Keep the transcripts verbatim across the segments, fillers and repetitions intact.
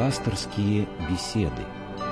Пасторские беседы.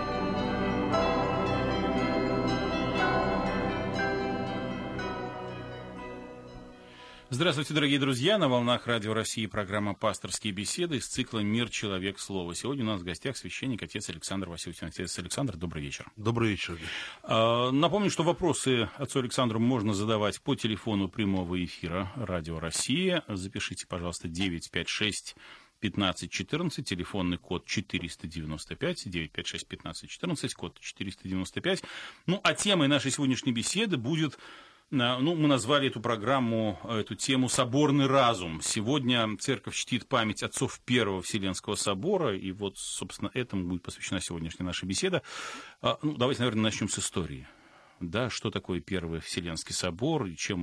Здравствуйте, дорогие друзья! На волнах Радио России программа «Пасторские беседы» из цикла «Мир, человек, слово». Сегодня у нас в гостях священник, отец Александр Васильевич. Отец Александр, добрый вечер. Добрый вечер. Напомню, что вопросы отцу Александру можно задавать по телефону прямого эфира Радио России. Запишите, пожалуйста, девять пять шесть пятнадцать четырнадцать, телефонный код четыреста девяносто пять, девять пять шесть пятнадцать четырнадцать, код четыреста девяносто пять. Ну, а темой нашей сегодняшней беседы будет... Ну, мы назвали эту программу, эту тему «Соборный разум». Сегодня церковь чтит память отцов Первого Вселенского собора, и вот, собственно, этому будет посвящена сегодняшняя наша беседа. Ну, давайте, наверное, начнем с истории. Да, что такое Первый Вселенский собор, и чем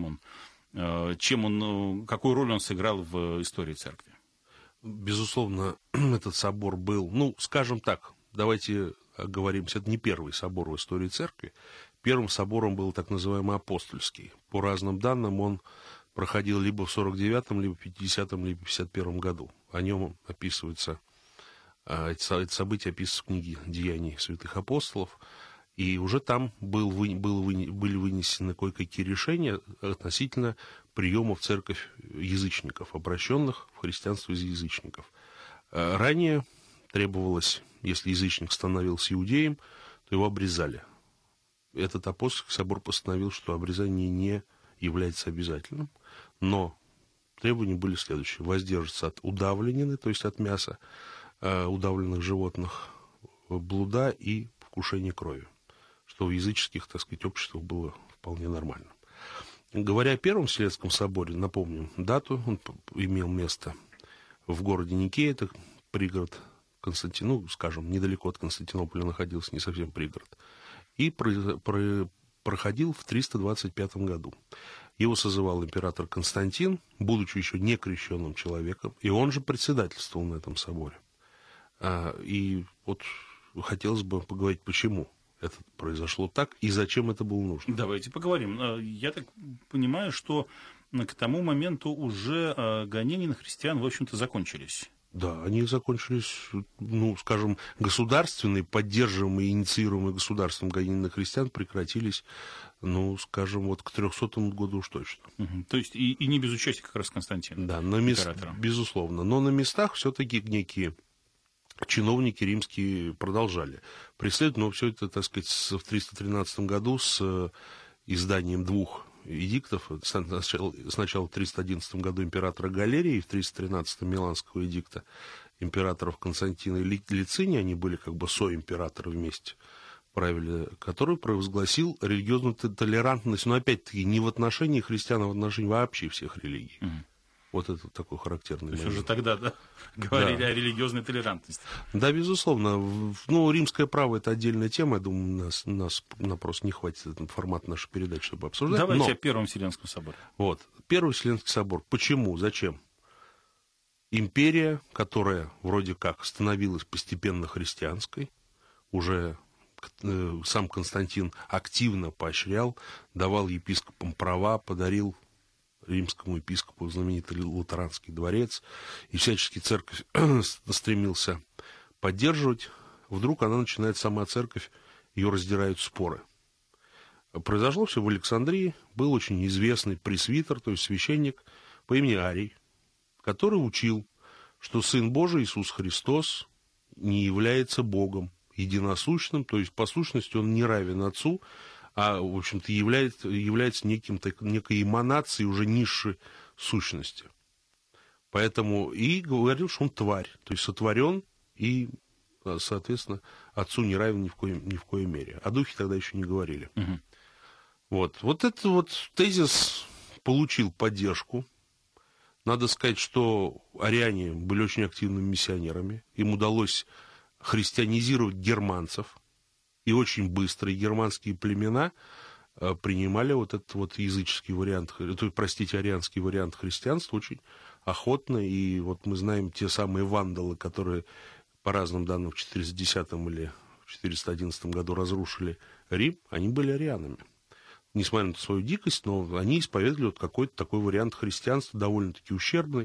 он, чем он, какую роль он сыграл в истории церкви? Безусловно, этот собор был, ну, скажем так, давайте оговоримся, это не первый собор в истории церкви. Первым собором был так называемый апостольский. По разным данным, он проходил либо в сорок девятом, либо в пятидесятом, либо в пятьдесят первом году. О нем описывается, эти события описываются в книге «Деяний святых апостолов». И уже там был, был, были вынесены кое-какие решения относительно приема в церковь язычников, обращенных в христианство из язычников. Ранее требовалось, если язычник становился иудеем, то его обрезали. Этот апостольский собор постановил, что обрезание не является обязательным, но требования были следующие. Воздержаться от удавленины, то есть от мяса э, удавленных животных, блуда и вкушения крови, что в языческих, так сказать, обществах было вполне нормально. Говоря о Первом Вселенском соборе, напомним дату, он имел место в городе Никея, это пригород Константинополя, ну, скажем, недалеко от Константинополя находился, не совсем пригород, и про, про, проходил в триста двадцать пятом году. Его созывал император Константин, будучи еще не крещенным человеком, и он же председательствовал на этом соборе. А, и вот хотелось бы поговорить, почему это произошло так и зачем это было нужно. Давайте поговорим. Я так понимаю, что к тому моменту уже гонения на христиан, в общем-то, закончились. Да, они закончились, ну, скажем, государственные, поддерживаемые, инициируемые государством гонения на христиан прекратились, ну, скажем, вот к трехсотому году уж точно. Угу. То есть и, и не без участия как раз Константина. Да, на мест... безусловно. Но на местах все-таки некие чиновники римские продолжали преследовать, но все это, так сказать, в триста тринадцатом году с изданием двух эдиктов, сначала, сначала в триста одиннадцатом году императора Галерия и в триста тринадцатом Миланского эдикта императоров Константина и Лициния, они были как бы соимператоры вместе, правили, который провозгласил религиозную толерантность, но опять-таки не в отношении христиан, а в отношении вообще всех религий. Угу. Вот это такой характерный момент. То есть уже тогда, да, говорили да. о религиозной толерантности. Да, безусловно. Ну, римское право – это отдельная тема. Я думаю, нас, нас на просто не хватит этот формат нашей передачи, чтобы обсуждать. Давайте Но, о Первом Вселенском соборе. Вот. Первый Вселенский собор. Почему? Зачем? Империя, которая вроде как становилась постепенно христианской, уже э, сам Константин активно поощрял, давал епископам права, подарил римскому епископу знаменитый Латеранский дворец, и всячески церковь стремился поддерживать, вдруг она начинает, сама церковь, ее раздирают споры. Произошло все в Александрии, был очень известный пресвитер, то есть священник по имени Арий, который учил, что Сын Божий Иисус Христос не является Богом единосущным, то есть по сущности он не равен Отцу, а, в общем-то, является, является неким, некой эманацией уже низшей сущности. Поэтому и говорил, что он тварь, то есть сотворен и, соответственно, Отцу не равен ни в коей, ни в коей мере. О Духе тогда еще не говорили. Угу. Вот. Вот этот вот тезис получил поддержку. Надо сказать, что ариане были очень активными миссионерами. Им удалось христианизировать германцев. И очень быстро германские племена принимали вот этот вот языческий вариант, простите, арианский вариант христианства очень охотно. И вот мы знаем те самые вандалы, которые, по разным данным, в четыреста десятом или в четыреста одиннадцатом году разрушили Рим, они были арианами. Несмотря на свою дикость, но они исповедовали вот какой-то такой вариант христианства, довольно-таки ущербный,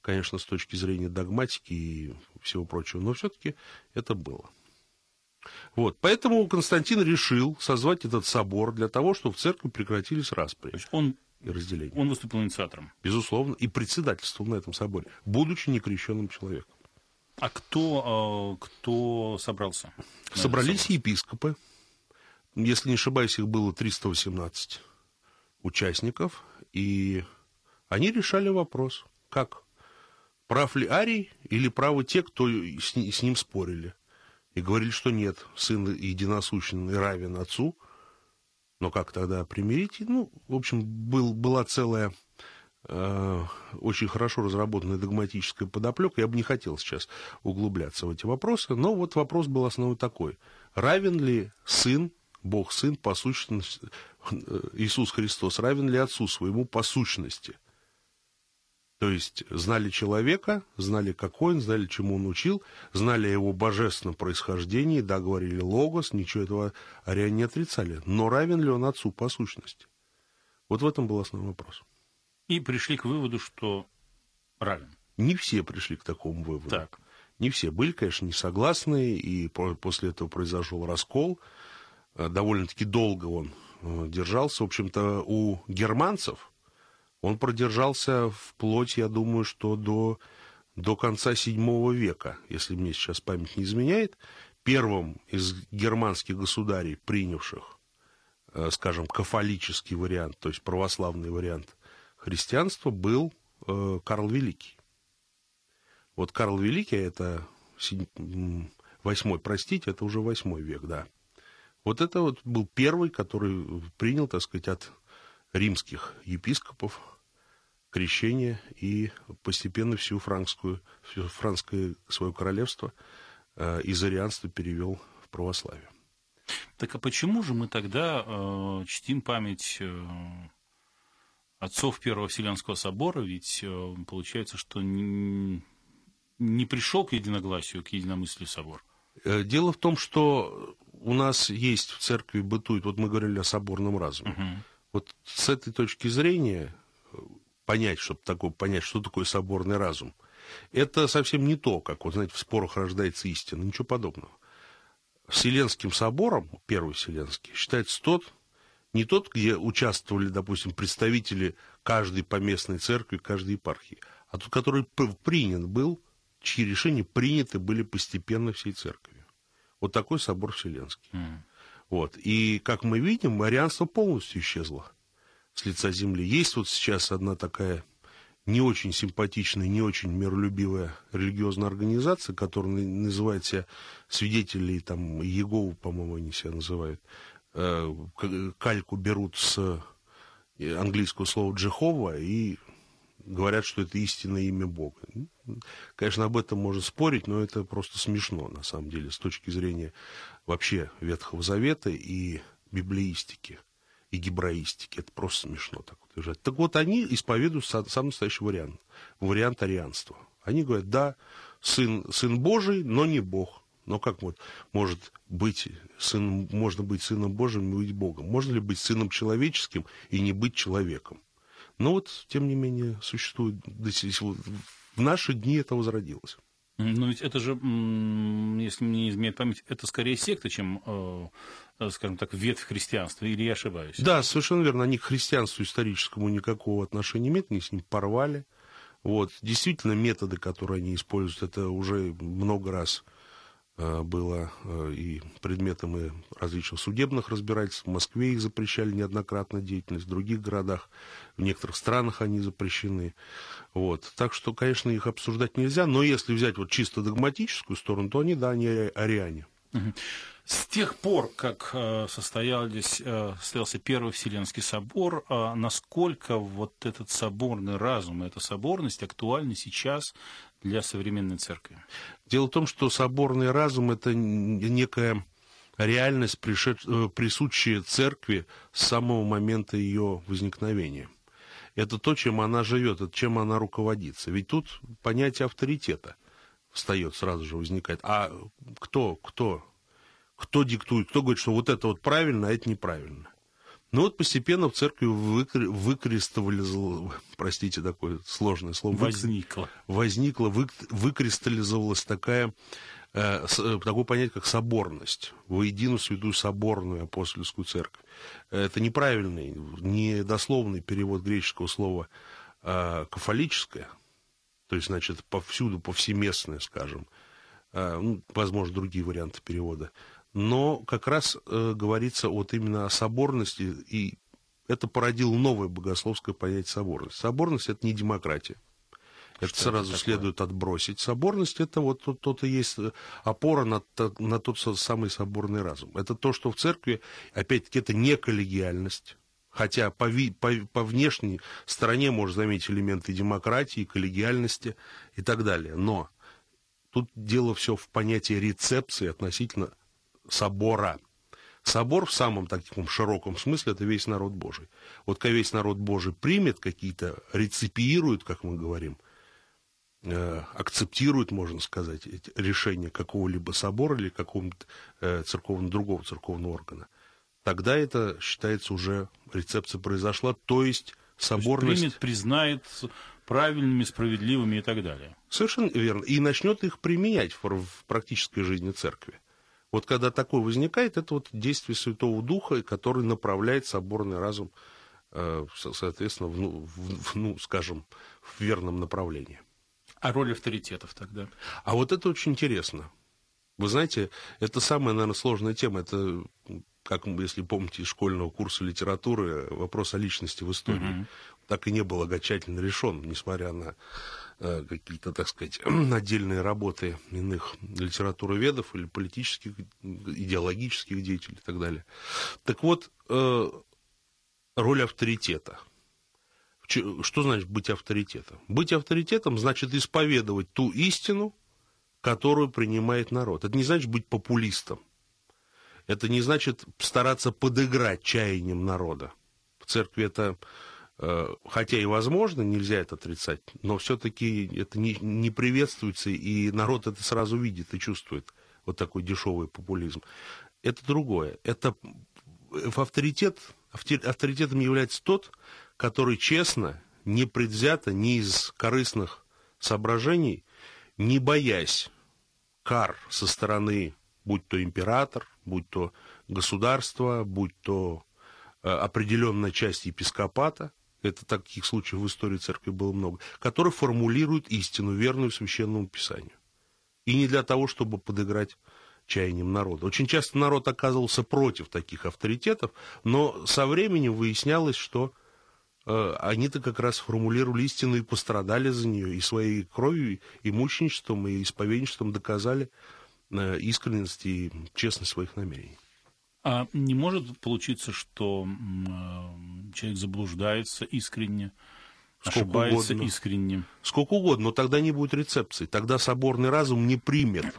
конечно, с точки зрения догматики и всего прочего, но все-таки это было. Вот, поэтому Константин решил созвать этот собор для того, чтобы в церкви прекратились распри. То есть он, и разделения. Он выступил инициатором? Безусловно, и председательствовал на этом соборе, будучи некрещенным человеком. А кто, кто собрался? Собрались епископы. Если не ошибаюсь, их было триста восемнадцать участников, и они решали вопрос, как, прав ли Арий или правы те, кто с ним спорили. И говорили, что нет, сын единосущен и равен отцу. Но как тогда примирить? Ну, в общем, был, была целая, э, очень хорошо разработанная догматическая подоплека. Я бы не хотел сейчас углубляться в эти вопросы, но вот вопрос был основной такой. Равен ли сын, Бог сын, по сущности, Иисус Христос, равен ли отцу своему по сущности? То есть знали человека, знали, какой он, знали, чему он учил, знали о его божественном происхождении, да, говорили логос, ничего этого ариане не отрицали. Но равен ли он отцу по сущности? Вот в этом был основной вопрос. И пришли к выводу, что равен. Не все пришли к такому выводу. Так. Не все. Были, конечно, не согласны, и после этого произошел раскол. Довольно-таки долго он держался. В общем-то, у германцев он продержался вплоть, я думаю, что до, до конца седьмого века, если мне сейчас память не изменяет. Первым из германских государей, принявших, скажем, кафолический вариант, то есть православный вариант христианства, был Карл Великий. Вот Карл Великий, это восьмой, простите, это уже восьмой век, да. Вот это вот был первый, который принял, так сказать, от римских епископов крещение и постепенно всю франкскую, всю франкское свое королевство э, из арианства перевел в православие. Так а почему же мы тогда э, чтим память э, отцов Первого Вселенского собора? Ведь э, получается, что не, не пришел к единогласию, к единомыслию собор. Дело в том, что у нас есть в церкви бытует, вот мы говорили о соборном разуме. Uh-huh. Вот с этой точки зрения понять, чтобы такое, понять, что такое соборный разум, это совсем не то, как, вот, знаете, в спорах рождается истина, ничего подобного. Вселенским собором, Первый Вселенский, считается тот, не тот, где участвовали, допустим, представители каждой поместной церкви, каждой епархии, а тот, который принят был, чьи решения приняты были постепенно всей церковью. Вот такой собор Вселенский. Mm. Вот. И, как мы видим, арианство полностью исчезло с лица земли. Есть вот сейчас одна такая не очень симпатичная, не очень миролюбивая религиозная организация, которая называет себя свидетелей там, Иеговы, по-моему, они себя называют. Кальку берут с английского слова «Джехова» и говорят, что это истинное имя Бога. Конечно, об этом можно спорить, но это просто смешно, на самом деле, с точки зрения вообще Ветхого Завета и библеистики, и гебраистики. Это просто смешно так утверждать. Так вот, они исповедуют сам настоящий вариант, вариант арианства. Они говорят, да, сын, сын Божий, но не Бог. Но как вот может быть сын, можно быть сыном Божьим и быть Богом? Можно ли быть сыном человеческим и не быть человеком? Но вот, тем не менее, существует, в наши дни это возродилось. Но ведь это же, если мне не изменяет память, это скорее секта, чем, скажем так, ветвь христианства, или я ошибаюсь? Да, совершенно верно, они к христианству историческому никакого отношения не имеют, они с ним порвали. Вот. Действительно, методы, которые они используют, это уже много раз было и предметом и различных судебных разбирательств. В Москве их запрещали неоднократно деятельность, в других городах, в некоторых странах они запрещены. Вот. Так что, конечно, их обсуждать нельзя, но если взять вот чисто догматическую сторону, то они, да, они ариане. С тех пор, как состоялись, состоялся Первый Вселенский собор, насколько вот этот соборный разум, эта соборность актуальна сейчас для современной церкви? Дело в том, что соборный разум – это некая реальность, пришед... присущая церкви с самого момента ее возникновения. Это то, чем она живет, это чем она руководится. Ведь тут понятие авторитета встает, сразу же возникает. А кто, кто, кто диктует, кто говорит, что вот это вот правильно, а это неправильно? Но вот постепенно в церкви выкри... выкристаллизовалось, простите, такое сложное слово. Возникло. Возникло, вы... выкристаллизовалась такая, э, такое понятие, как соборность. Воедино святую соборную апостольскую церковь. Это неправильный, недословный перевод греческого слова э, кафолическое, то есть, значит, повсюду, повсеместное, скажем. Э, ну, возможно, другие варианты перевода. Но как раз э, говорится вот именно о соборности, и это породило новое богословское понятие соборности. Соборность – это не демократия. Это Что сразу это следует отбросить. Соборность – это вот тот, тот и есть опора на, на тот самый соборный разум. Это то, что в церкви, опять-таки, это не коллегиальность. Хотя по, ви, по, по внешней стороне можно заметить элементы демократии, коллегиальности и так далее. Но тут дело все в понятии рецепции относительно собора. Собор в самом таком широком смысле – это весь народ Божий. Вот когда весь народ Божий примет какие-то, реципирует, как мы говорим, э, акцептирует, можно сказать, эти решения какого-либо собора или какого-нибудь э, церковного, другого церковного органа, тогда это считается уже рецепция произошла, то есть соборность... То есть примет, признает правильными, справедливыми и так далее. Совершенно верно. И начнет их применять в, в практической жизни церкви. Вот когда такое возникает, это вот действие Святого Духа, который направляет соборный разум, соответственно, в, ну, в, ну, скажем, в верном направлении. А роль авторитетов тогда? А вот это очень интересно. Вы знаете, это самая, наверное, сложная тема. Это, как, если помните, из школьного курса литературы, вопрос о личности в истории. Mm-hmm. Так и не был окончательно решен, несмотря на э, какие-то, так сказать, отдельные работы иных литературоведов или политических, идеологических деятелей и так далее. Так вот, э, роль авторитета. Что значит быть авторитетом? Быть авторитетом значит исповедовать ту истину, которую принимает народ. Это не значит быть популистом. Это не значит стараться подыграть чаяниям народа. В церкви это, хотя и возможно, нельзя это отрицать, но все-таки это не, не приветствуется, и народ это сразу видит и чувствует, вот такой дешевый популизм. Это другое. Это авторитет, авторитетом является тот, который честно, непредвзято, не из корыстных соображений, не боясь кар со стороны, будь то император, будь то государство, будь то э, определенная часть епископата, это таких случаев в истории церкви было много, который формулирует истину, верную Священному Писанию. И не для того, чтобы подыграть чаяниям народа. Очень часто народ оказывался против таких авторитетов, но со временем выяснялось, что они-то как раз формулировали истину и пострадали за нее, и своей кровью, и мученичеством, и исповедничеством доказали искренность и честность своих намерений. А не может получиться, что человек заблуждается искренне, Сколько ошибается угодно. искренне? Сколько угодно, но тогда не будет рецепции, тогда соборный разум не примет.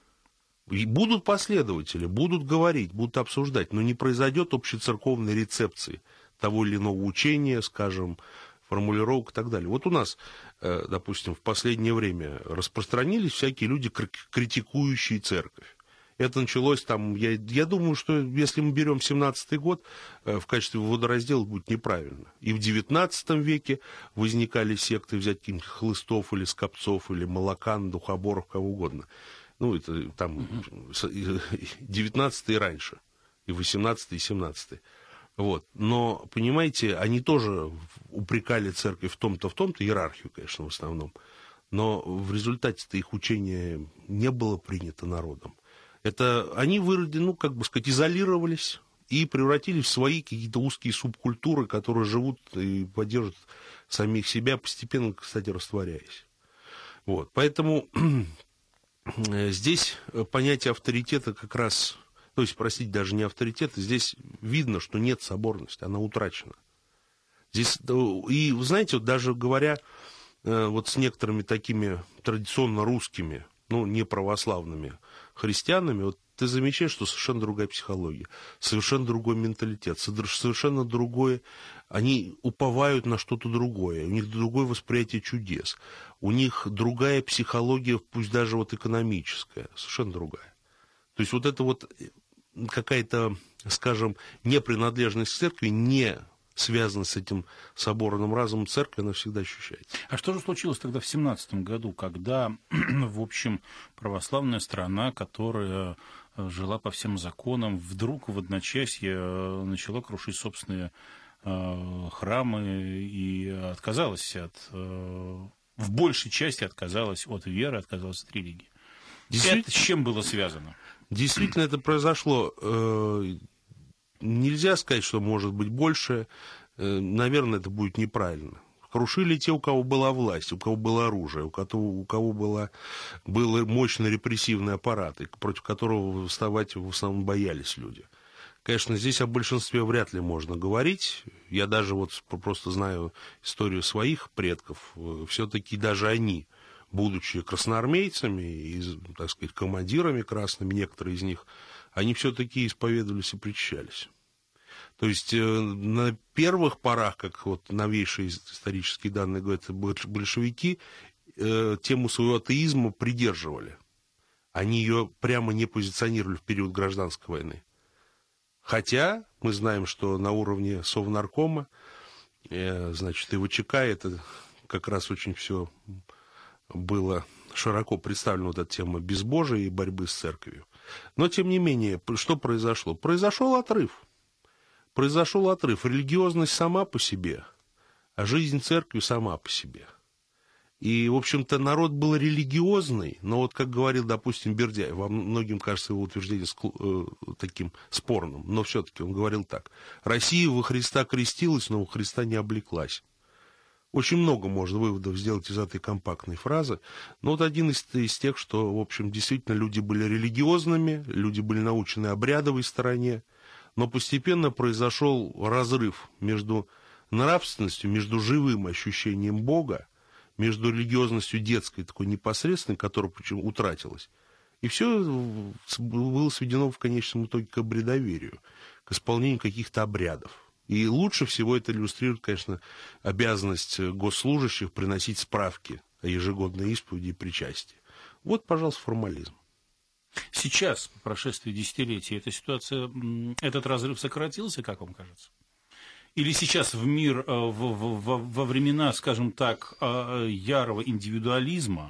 И будут последователи, будут говорить, будут обсуждать, но не произойдет общецерковной рецепции того или иного учения, скажем, формулировок и так далее. Вот у нас, допустим, в последнее время распространились всякие люди, критикующие церковь. Это началось там, я, я думаю, что если мы берем семнадцатый год, в качестве водораздела будет неправильно. И в девятнадцатом веке возникали секты, взять каких-нибудь Хлыстов или Скопцов, или Молокан, Духоборов, кого угодно. Ну, это там девятнадцатый и раньше, и восемнадцатый, и семнадцатый. Вот. Но, понимаете, они тоже упрекали церковь в том-то, в том-то, иерархию, конечно, в основном. Но в результате-то их учение не было принято народом. Это они, вроде, ну, как бы сказать, изолировались и превратились в свои какие-то узкие субкультуры, которые живут и поддерживают самих себя, постепенно, кстати, растворяясь. Вот. Поэтому здесь понятие авторитета как раз... То есть, простите, даже не авторитет, здесь видно, что нет соборности, она утрачена. Здесь, и, вы знаете, вот даже говоря вот с некоторыми такими традиционно русскими, ну, не православными христианами, вот ты замечаешь, что совершенно другая психология, совершенно другой менталитет, совершенно другое, они уповают на что-то другое, у них другое восприятие чудес, у них другая психология, пусть даже вот экономическая, совершенно другая. То есть вот это вот... какая-то, скажем, непринадлежность к церкви не связана с этим соборным разумом церкви, она всегда ощущается. А что же случилось тогда в семнадцатом году, когда, в общем, православная страна, которая жила по всем законам, вдруг в одночасье начала крушить собственные э, храмы и отказалась от, э, в большей части отказалась от веры, отказалась от религии? Это с чем было связано? Действительно, это произошло. Э, нельзя сказать, что может быть больше. Э, наверное, это будет неправильно. Крушили те, у кого была власть, у кого было оружие, у кого, у кого было, был мощный репрессивный аппарат, против которого вставать в основном боялись люди. Конечно, здесь о большинстве вряд ли можно говорить. Я даже вот просто знаю историю своих предков. Все-таки даже они, будучи красноармейцами и, так сказать, командирами красными, некоторые из них, они все-таки исповедовались и причащались. То есть на первых порах, как вот новейшие исторические данные говорят, большевики тему своего атеизма придерживали. Они ее прямо не позиционировали в период гражданской войны. Хотя мы знаем, что на уровне Совнаркома, значит, и ВЧК это как раз очень все было широко представлена вот эта тема безбожия и борьбы с церковью. Но, тем не менее, что произошло? Произошел отрыв. Произошел отрыв. Религиозность сама по себе, а жизнь церкви сама по себе. И, в общем-то, народ был религиозный, но вот, как говорил, допустим, Бердяев, во многим кажется его утверждение э, таким спорным, но все-таки он говорил так. Россия во Христа крестилась, но во Христа не облеклась. Очень много можно выводов сделать из этой компактной фразы, но вот один из, из тех, что, в общем, действительно люди были религиозными, люди были научены обрядовой стороне, но постепенно произошел разрыв между нравственностью, между живым ощущением Бога, между религиозностью детской, такой непосредственной, которая почему утратилась. И все было сведено в конечном итоге к обрядоверию, к исполнению каких-то обрядов. И лучше всего это иллюстрирует, конечно, обязанность госслужащих приносить справки о ежегодной исповеди и причастии. Вот, пожалуйста, формализм. Сейчас, по прошествии десятилетий, эта ситуация, этот разрыв сократился, как вам кажется? Или сейчас в мир, в, в, в, во времена, скажем так, ярого индивидуализма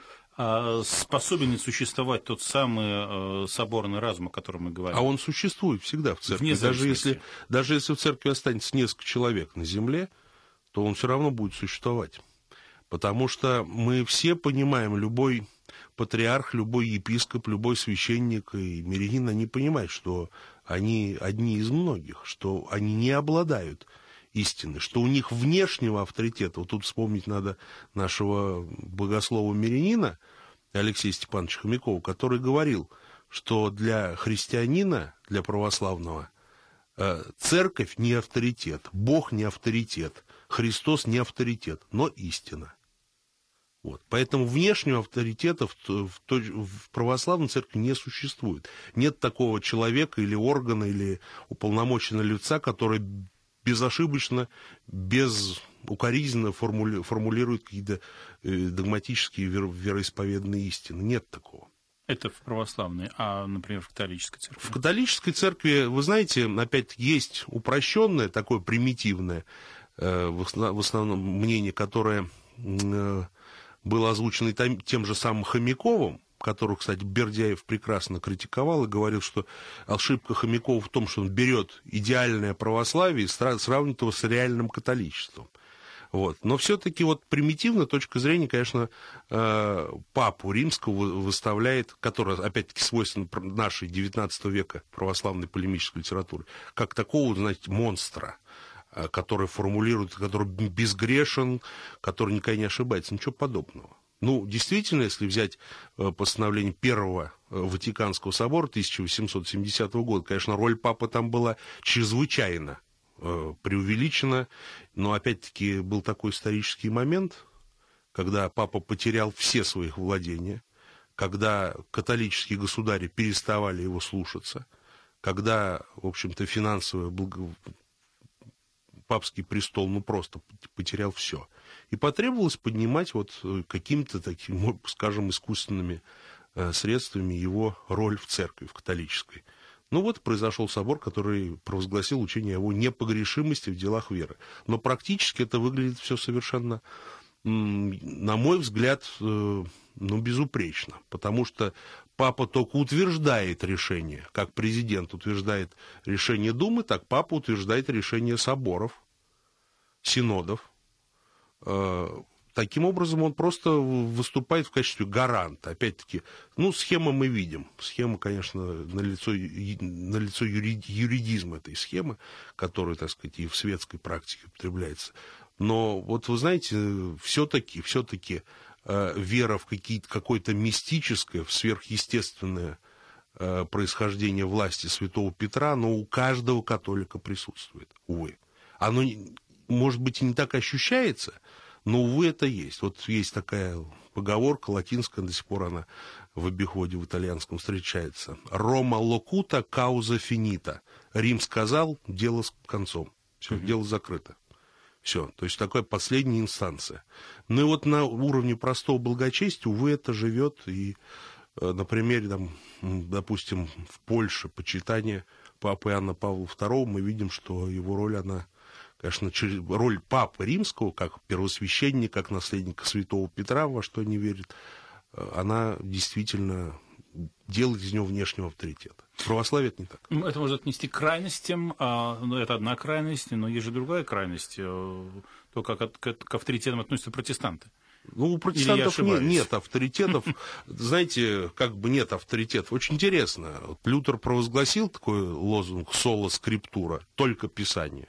способен существовать тот самый соборный разум, о котором мы говорим? А он существует всегда в церкви. Даже если, даже если в церкви останется несколько человек на земле, то он все равно будет существовать. Потому что мы все понимаем, любой патриарх, любой епископ, любой священник и мирянин, они понимают, что они одни из многих, что они не обладают истиной, что у них внешнего авторитета, вот тут вспомнить надо нашего богослова мирянина Алексея Степановича Хомякова, который говорил, что для христианина, для православного, церковь не авторитет, Бог не авторитет, Христос не авторитет, но истина. Вот. Поэтому внешнего авторитета в, в, в православной церкви не существует. Нет такого человека или органа, или уполномоченного лица, который безошибочно, безукоризненно формули, формулирует какие-то э, догматические веро, вероисповедные истины. Нет такого. Это в православной, а, например, в католической церкви? В католической церкви, вы знаете, опять есть упрощенное, такое примитивное, э, в, основ, в основном мнение, которое... Э, был озвучен и тем же самым Хомяковым, которого, кстати, Бердяев прекрасно критиковал и говорил, что ошибка Хомякова в том, что он берет идеальное православие и сравнивает его с реальным католичеством. Вот. Но все-таки вот примитивная точка зрения, конечно, папу римского выставляет, которая, опять-таки, свойственна нашей девятнадцатого века православной полемической литературы, как такого, знаете, монстра, который формулирует, который безгрешен, который никогда не ошибается. Ничего подобного. Ну, действительно, если взять постановление Первого Ватиканского собора тысяча восемьсот семидесятого года, конечно, роль папы там была чрезвычайно э, преувеличена, но, опять-таки, был такой исторический момент, когда папа потерял все свои владения, когда католические государи переставали его слушаться, когда, в общем-то, финансовое благо... папский престол, ну, просто потерял все. И потребовалось поднимать вот какими-то такими, скажем, искусственными средствами его роль в церкви, в католической. Ну вот произошел собор, который провозгласил учение о его непогрешимости в делах веры. Но практически это выглядит все совершенно, на мой взгляд, ну, безупречно. Потому что папа только утверждает решение, как президент утверждает решение Думы, так папа утверждает решение соборов, синодов. Таким образом, он просто выступает в качестве гаранта. Опять-таки, ну, схему мы видим. Схема, конечно, налицо, налицо юридизм этой схемы, которая, так сказать, и в светской практике употребляется. Но вот вы знаете, все-таки, все-таки э, вера в какие-то, какое-то мистическое, в сверхъестественное э, происхождение власти святого Петра, но у каждого католика присутствует, увы. Оно, может быть, и не так ощущается, но, увы, это есть. Вот есть такая поговорка латинская, до сих пор она в обиходе в итальянском встречается. «Рома локута, кауза финита». Рим сказал, дело с концом. Все, mm-hmm. дело закрыто. Все, то есть такая последняя инстанция. Ну и вот на уровне простого благочестия, увы, это живет. И на примере, там, допустим, в Польше почитания папы Иоанна Павла второго мы видим, что его роль, она... Конечно, роль папы римского, как первосвященника, как наследника святого Петра, во что не верит, она действительно делает из него внешнего авторитета. Православие это не так. Это можно отнести к крайностям, а, ну, это одна крайность, но есть же другая крайность, то, как к, к авторитетам относятся протестанты. Ну, у протестантов нет, нет авторитетов. Знаете, как бы нет авторитетов. Очень интересно. Вот Лютер провозгласил такой лозунг «соло скриптура», только Писание.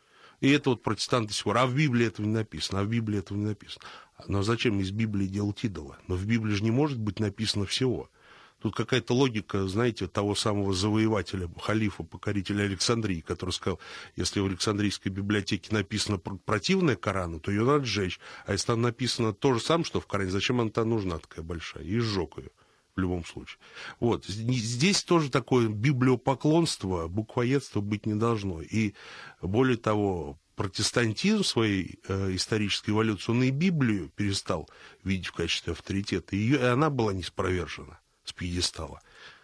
И это вот протестанты сегодня. А в Библии этого не написано, а в Библии этого не написано. Но зачем из Библии делать идола? Но в Библии же не может быть написано всего. Тут какая-то логика, знаете, того самого завоевателя, халифа, покорителя Александрии, который сказал, если в Александрийской библиотеке написано противное Корану, то ее надо сжечь. А если там написано то же самое, что в Коране, зачем она там нужна такая большая? И сжег ее в любом случае. Вот. Здесь тоже такое библиопоклонство, буквоедство быть не должно. И более того, протестантизм в своей э, исторической эволюции, он и Библию перестал видеть в качестве авторитета. И она была не спровержена с пьедестала.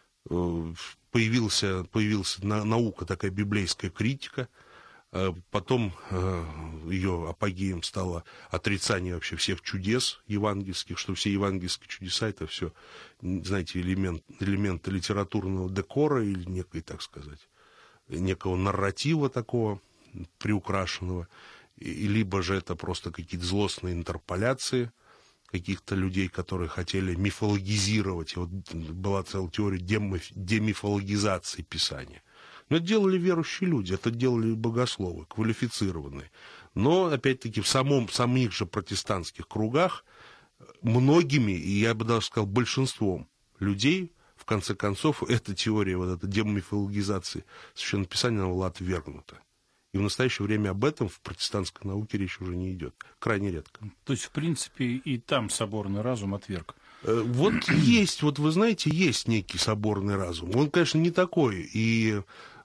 Появился, появилась наука, такая библейская критика. Потом ее апогеем стало отрицание вообще всех чудес евангельских, что все евангельские чудеса это все, знаете, элемент, элементы литературного декора или некой, так сказать, некого нарратива такого приукрашенного, и, либо же это просто какие-то злостные интерполяции каких-то людей, которые хотели мифологизировать. И вот была целая теория демифологизации Писания. Но это делали верующие люди, это делали богословы, квалифицированные. Но, опять-таки, в самом, в самих же протестантских кругах многими, и я бы даже сказал, большинством людей, в конце концов, эта теория, вот эта демифологизации Священного Писания, она была отвергнута. И в настоящее время об этом в протестантской науке речь уже не идет. Крайне редко. То есть, в принципе, и там соборный разум отверг. Вот есть, вот вы знаете, есть некий соборный разум. Он, конечно, не такой, и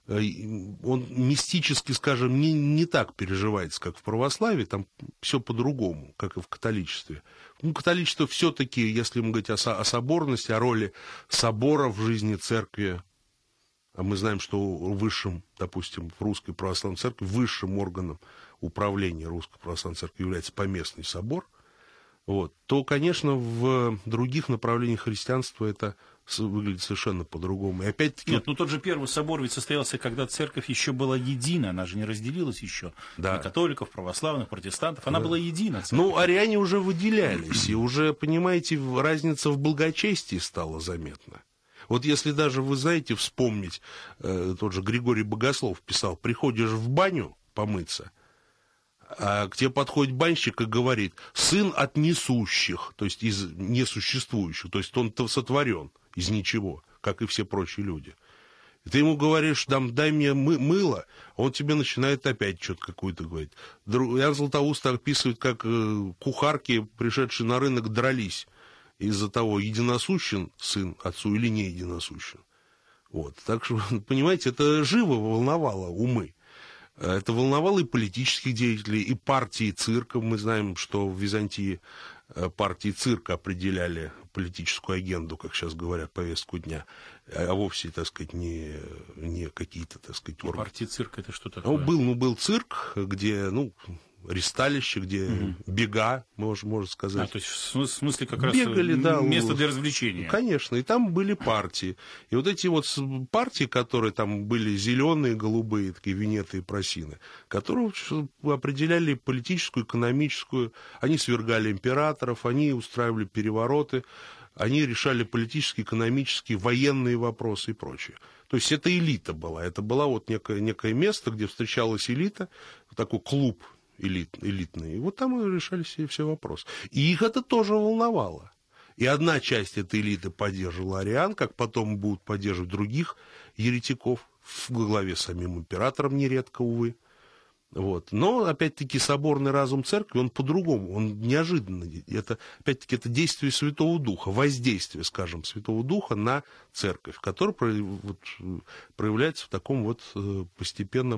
он мистически, скажем, не, не так переживается, как в православии, там все по-другому, как и в католичестве. Ну, католичество все-таки, если мы говорим о, о соборности, о роли собора в жизни церкви, а мы знаем, что высшим, допустим, в Русской Православной Церкви, высшим органом управления Русской Православной Церкви является поместный собор, вот, то, конечно, в других направлениях христианства это выглядит совершенно по-другому. И опять-таки... Нет, ну тот же первый собор ведь состоялся, когда церковь еще была едина, она же не разделилась еще. Да. На католиков, православных, протестантов, она да. была едина. Церковь. Ну, ариане уже выделялись, и уже, понимаете, разница в благочестии стала заметна. Вот если даже, вы знаете, вспомнить, э, тот же Григорий Богослов писал, приходишь в баню помыться, а к тебе подходит банщик и говорит, сын от несущих, то есть из несуществующих, то есть он-то сотворен из ничего, как и все прочие люди. И ты ему говоришь, там, дай мне мы- мыло, он тебе начинает опять что-то какое-то говорить. Иоанн Златоуст описывает, как э, кухарки, пришедшие на рынок, дрались из-за того, единосущен сын отцу или не единосущен. Вот. Так что, понимаете, это живо волновало умы. Это волновало и политических деятелей, и партии цирка. Мы знаем, что в Византии партии цирка определяли политическую агенду, как сейчас говорят, повестку дня, а вовсе, так сказать, не, не какие-то, так сказать, органы. Партия цирк — это что такое? Ну, был, ну, был цирк, где, ну, ристалище, где угу. бега, можно, можно сказать. А, то есть в смысле как раз бегали, да, место для развлечения. Конечно, и там были партии. И вот эти вот партии, которые там были зеленые, голубые, такие винеты и просины, которые определяли политическую, экономическую, они свергали императоров, они устраивали перевороты, они решали политические, экономические, военные вопросы и прочее. То есть это элита была, это было вот некое, некое место, где встречалась элита, такой клуб элит, элитный, и вот там и решались все, все вопросы. И их это тоже волновало. И одна часть этой элиты поддерживала ариан, как потом будут поддерживать других еретиков, в главе с самим императором нередко, увы. Вот. Но, опять-таки, соборный разум церкви, он по-другому, он неожиданный. Это, опять-таки, это действие Святого Духа, воздействие, скажем, Святого Духа на церковь, которое вот, проявляется в таком вот постепенном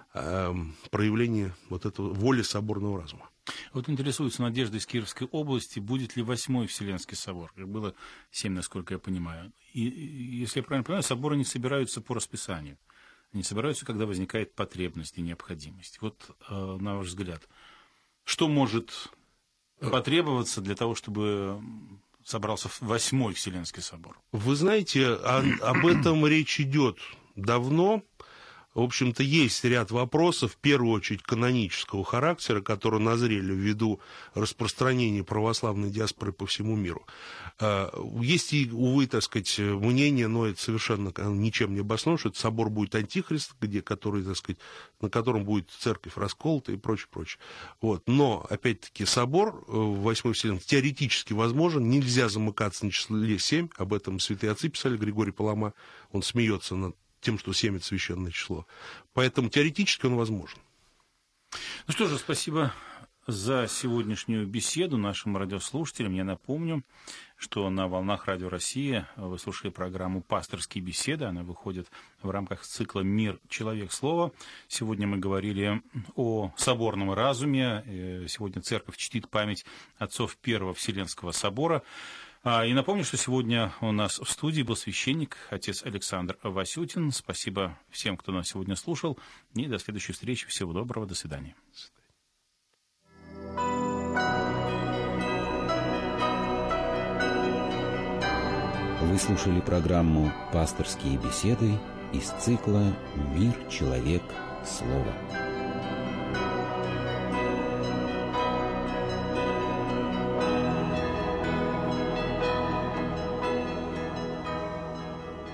проявлении вот этого воли соборного разума. Вот интересуется Надежда из Кировской области, будет ли восьмой Вселенский собор? Их было семь, насколько я понимаю. И, если я правильно понимаю, соборы не собираются по расписанию. Они собираются, когда возникает потребность и необходимость. Вот, э, на ваш взгляд, что может потребоваться для того, чтобы собрался восьмой Вселенский собор? Вы знаете, о, об этом речь идет давно. В общем-то, есть ряд вопросов, в первую очередь канонического характера, которые назрели ввиду распространения православной диаспоры по всему миру. Есть и, увы, так сказать, мнение, но это совершенно ничем не обосновано, что этот собор будет антихрист, где, который, так сказать, на котором будет церковь расколота и прочее, прочее. Вот. Но, опять-таки, собор восьмой Вселенской теоретически возможен, нельзя замыкаться на числе семь, об этом святые отцы писали, Григорий Палама, он смеется над тем, что семь — это священное число. Поэтому теоретически он возможен. Ну что же, спасибо за сегодняшнюю беседу нашим радиослушателям. Я напомню, что на «Волнах Радио России» вы слушали программу «Пасторские беседы». Она выходит в рамках цикла «Мир. Человек. Слово». Сегодня мы говорили о соборном разуме. Сегодня Церковь чтит память отцов Первого Вселенского собора. И напомню, что сегодня у нас в студии был священник, отец Александр Васютин. Спасибо всем, кто нас сегодня слушал. И до следующей встречи. Всего доброго. До свидания. Вы слушали программу «Пасторские беседы» из цикла «Мир. Человек. Слово».